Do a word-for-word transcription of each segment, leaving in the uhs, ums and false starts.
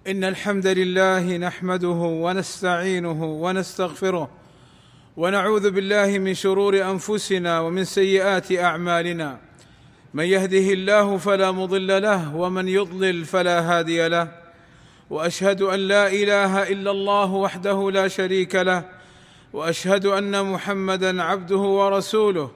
إن الحمد لله نحمده ونستعينه ونستغفره ونعوذ بالله من شرور أنفسنا ومن سيئات أعمالنا. من يهده الله فلا مضل له ومن يضلل فلا هادي له، وأشهد أن لا إله إلا الله وحده لا شريك له، وأشهد أن محمدًا عبده ورسوله.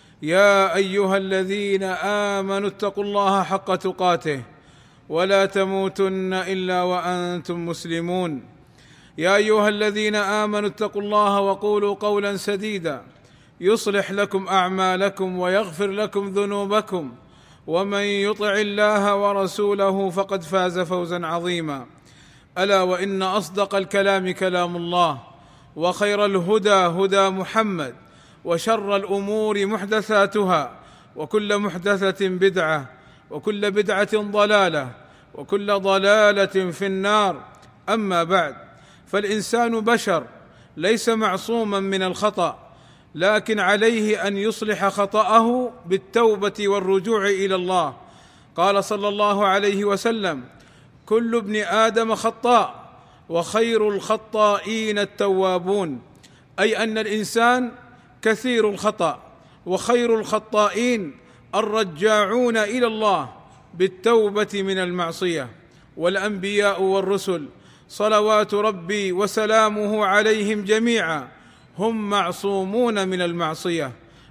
يا أيها الذين آمنوا اتقوا الله حق تقاته ولا تموتن إلا وأنتم مسلمون. يا أيها الذين آمنوا اتقوا الله وقولوا قولا سديدا يصلح لكم أعمالكم ويغفر لكم ذنوبكم، ومن يطع الله ورسوله فقد فاز فوزا عظيما. ألا وإن أصدق الكلام كلام الله، وخير الهدى هدى محمد، وشر الأمور محدثاتها، وكل محدثة بدعة، وكل بدعة ضلالة، وكل ضلالة في النار. أما بعد، فالإنسان بشر ليس معصوما من الخطأ، لكن عليه أن يصلح خطأه بالتوبة والرجوع إلى الله. قال صلى الله عليه وسلم: كل ابن آدم خطاء وخير الخطائين التوابون، أي أن الإنسان كثير الخطأ، وخير الخطائين الرجاعون إلى الله بالتوبة من المعصية. والأنبياء والرسل صلوات ربي وسلامه عليهم جميعا هم معصومون من المعصية.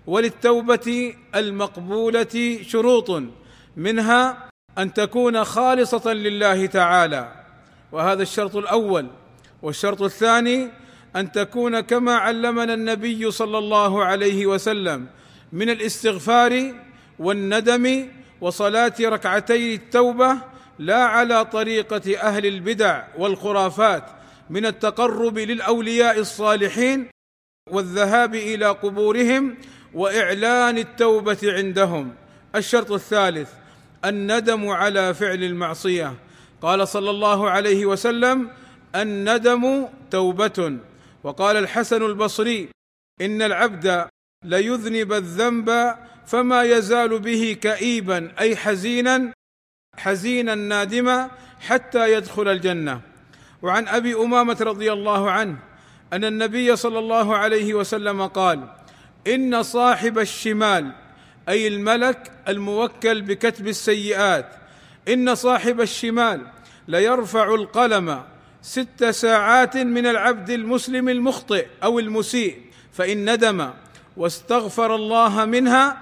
وللتوبة المقبولة شروط، منها أن تكون خالصة لله تعالى، وهذا الشرط الأول. والشرط الثاني أن تكون كما علمنا النبي صلى الله عليه وسلم من الاستغفار والندم وصلاة ركعتي التوبة، لا على طريقة أهل البدع والخرافات من التقرب للأولياء الصالحين والذهاب إلى قبورهم وإعلان التوبة عندهم. الشرط الثالث الندم على فعل المعصية. قال صلى الله عليه وسلم: الندم توبة. وقال الحسن البصري: إن العبد ليذنب الذنب فما يزال به كئيبا، أي حزينا حزينا نادما حتى يدخل الجنة. وعن أبي أمامة رضي الله عنه أن النبي صلى الله عليه وسلم قال: إن صاحب الشمال، أي الملك الموكل بكتب السيئات، إن صاحب الشمال ليرفع القلم ست ساعات من العبد المسلم المخطئ أو المسيء، فإن ندم واستغفر الله منها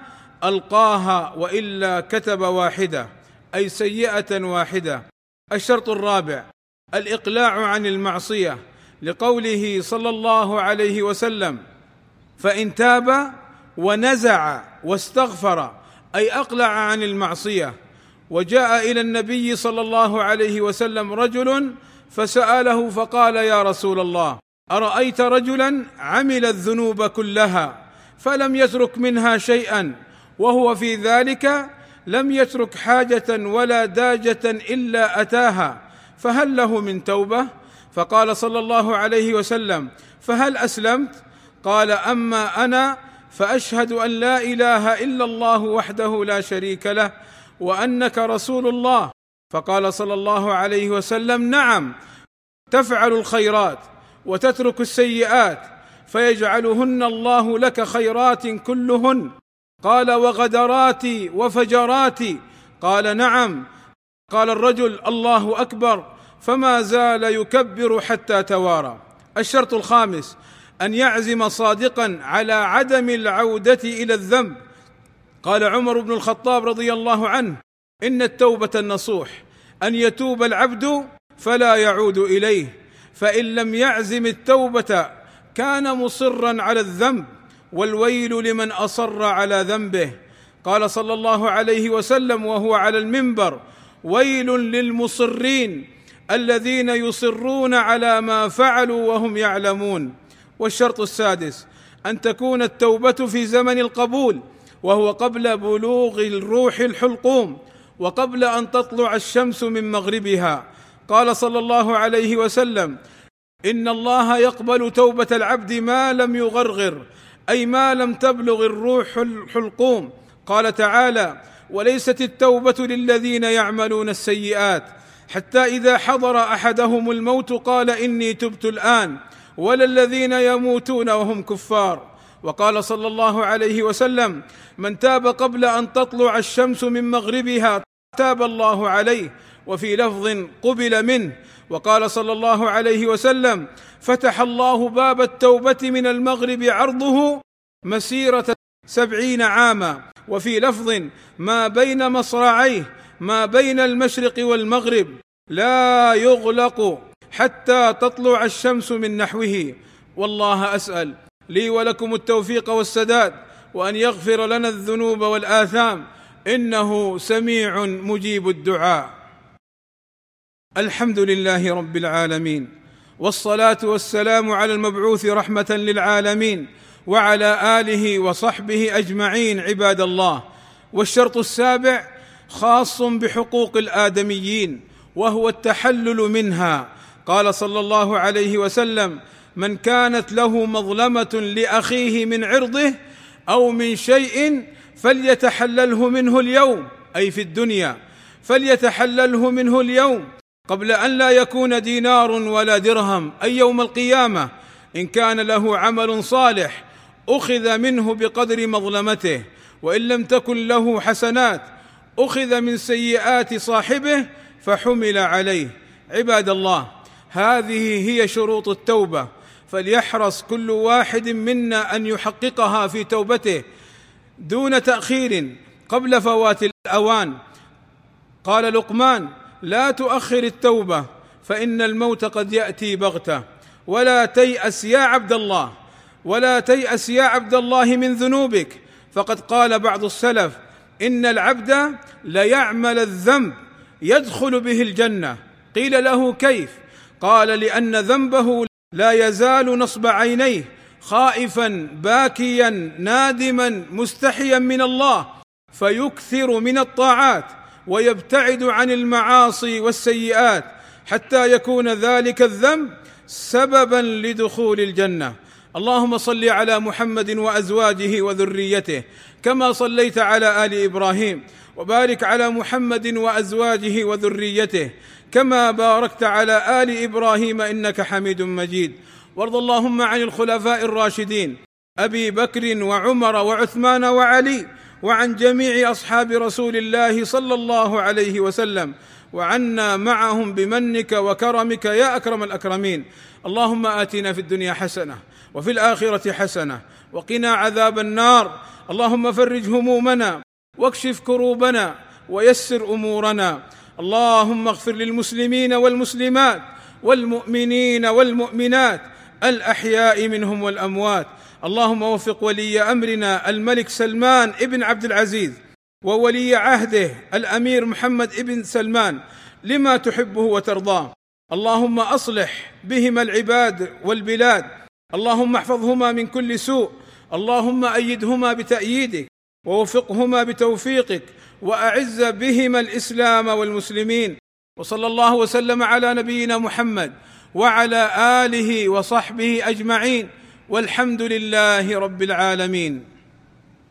ألقاها، وإلا كتب واحدة، أي سيئة واحدة. الشرط الرابع الإقلاع عن المعصية، لقوله صلى الله عليه وسلم: فإن تاب ونزع واستغفر، أي أقلع عن المعصية. وجاء إلى النبي صلى الله عليه وسلم رجل فسأله فقال: يا رسول الله، أرأيت رجلا عمل الذنوب كلها فلم يترك منها شيئا، وهو في ذلك لم يترك حاجة ولا داجة إلا أتاها، فهل له من توبة؟ فقال صلى الله عليه وسلم: فهل أسلمت؟ قال: أما أنا فأشهد أن لا إله إلا الله وحده لا شريك له وأنك رسول الله. فقال صلى الله عليه وسلم: نعم، تفعل الخيرات وتترك السيئات فيجعلهن الله لك خيرات كلهن. قال: وغدراتي وفجراتي؟ قال: نعم. قال الرجل: الله أكبر، فما زال يكبر حتى توارى. الشرط الخامس أن يعزم صادقا على عدم العودة إلى الذنب. قال عمر بن الخطاب رضي الله عنه: إن التوبة النصوح أن يتوب العبد فلا يعود إليه، فإن لم يعزم التوبة كان مصرا على الذنب، والويل لمن أصر على ذنبه. قال صلى الله عليه وسلم وهو على المنبر: ويل للمصرين الذين يصرون على ما فعلوا وهم يعلمون. والشرط السادس أن تكون التوبة في زمن القبول، وهو قبل بلوغ الروح الحلقوم وقبل أن تطلع الشمس من مغربها. قال صلى الله عليه وسلم: إن الله يقبل توبة العبد ما لم يغرغر، أي ما لم تبلغ الروح الحلقوم. قال تعالى: وليست التوبة للذين يعملون السيئات حتى إذا حضر أحدهم الموت قال إني تبت الآن ولا الذين يموتون وهم كفار. وقال صلى الله عليه وسلم: من تاب قبل أن تطلع الشمس من مغربها تاب الله عليه، وفي لفظ قبل منه. وقال صلى الله عليه وسلم: فتح الله باب التوبة من المغرب عرضه مسيرة سبعين عاما، وفي لفظ ما بين مصرعيه ما بين المشرق والمغرب لا يغلق حتى تطلع الشمس من نحوه. والله أسأل لي ولكم التوفيق والسداد، وأن يغفر لنا الذنوب والآثام، إنه سميع مجيب الدعاء. الحمد لله رب العالمين، والصلاة والسلام على المبعوث رحمة للعالمين وعلى آله وصحبه أجمعين. عباد الله، والشرط السابع خاص بحقوق الآدميين، وهو التحلل منها. قال صلى الله عليه وسلم: من كانت له مظلمة لأخيه من عرضه أو من شيء فليتحلله منه اليوم، أي في الدنيا، فليتحلله منه اليوم قبل أن لا يكون دينار ولا درهم، أي يوم القيامة. إن كان له عمل صالح أخذ منه بقدر مظلمته، وإن لم تكن له حسنات أخذ من سيئات صاحبه فحمل عليه. عباد الله، هذه هي شروط التوبة، فليحرص كل واحد منا أن يحققها في توبته دون تأخير قبل فوات الأوان. قال لقمان: لا تؤخر التوبة فإن الموت قد يأتي بغتة. ولا تيأس يا عبد الله، ولا تيأس يا عبد الله من ذنوبك، فقد قال بعض السلف: إن العبد ليعمل الذنب يدخل به الجنة. قيل له: كيف؟ قال: لأن ذنبه لا يزال نصب عينيه خائفا باكيا نادما مستحيا من الله، فيكثر من الطاعات ويبتعد عن المعاصي والسيئات حتى يكون ذلك الذنب سببا لدخول الجنة. اللهم صل على محمد وأزواجه وذريته كما صليت على آل إبراهيم، وبارك على محمد وأزواجه وذريته كما باركت على آل إبراهيم إنك حميد مجيد. وارض اللهم عن الخلفاء الراشدين أبي بكر وعمر وعثمان وعلي، وعن جميع أصحاب رسول الله صلى الله عليه وسلم، وعنا معهم بمنك وكرمك يا أكرم الأكرمين. اللهم آتنا في الدنيا حسنة وفي الآخرة حسنة وقنا عذاب النار. اللهم فرج همومنا واكشف كروبنا ويسر أمورنا. اللهم اغفر للمسلمين والمسلمات والمؤمنين والمؤمنات الأحياء منهم والأموات. اللهم وفق ولي أمرنا الملك سلمان ابن عبد العزيز وولي عهده الأمير محمد ابن سلمان لما تحبه وترضاه. اللهم أصلح بهما العباد والبلاد. اللهم احفظهما من كل سوء. اللهم أيدهما بتأييدك ووفقهما بتوفيقك، وأعز بهما الإسلام والمسلمين. وصلى الله وسلم على نبينا محمد وعلى آله وصحبه أجمعين، والحمد لله رب العالمين.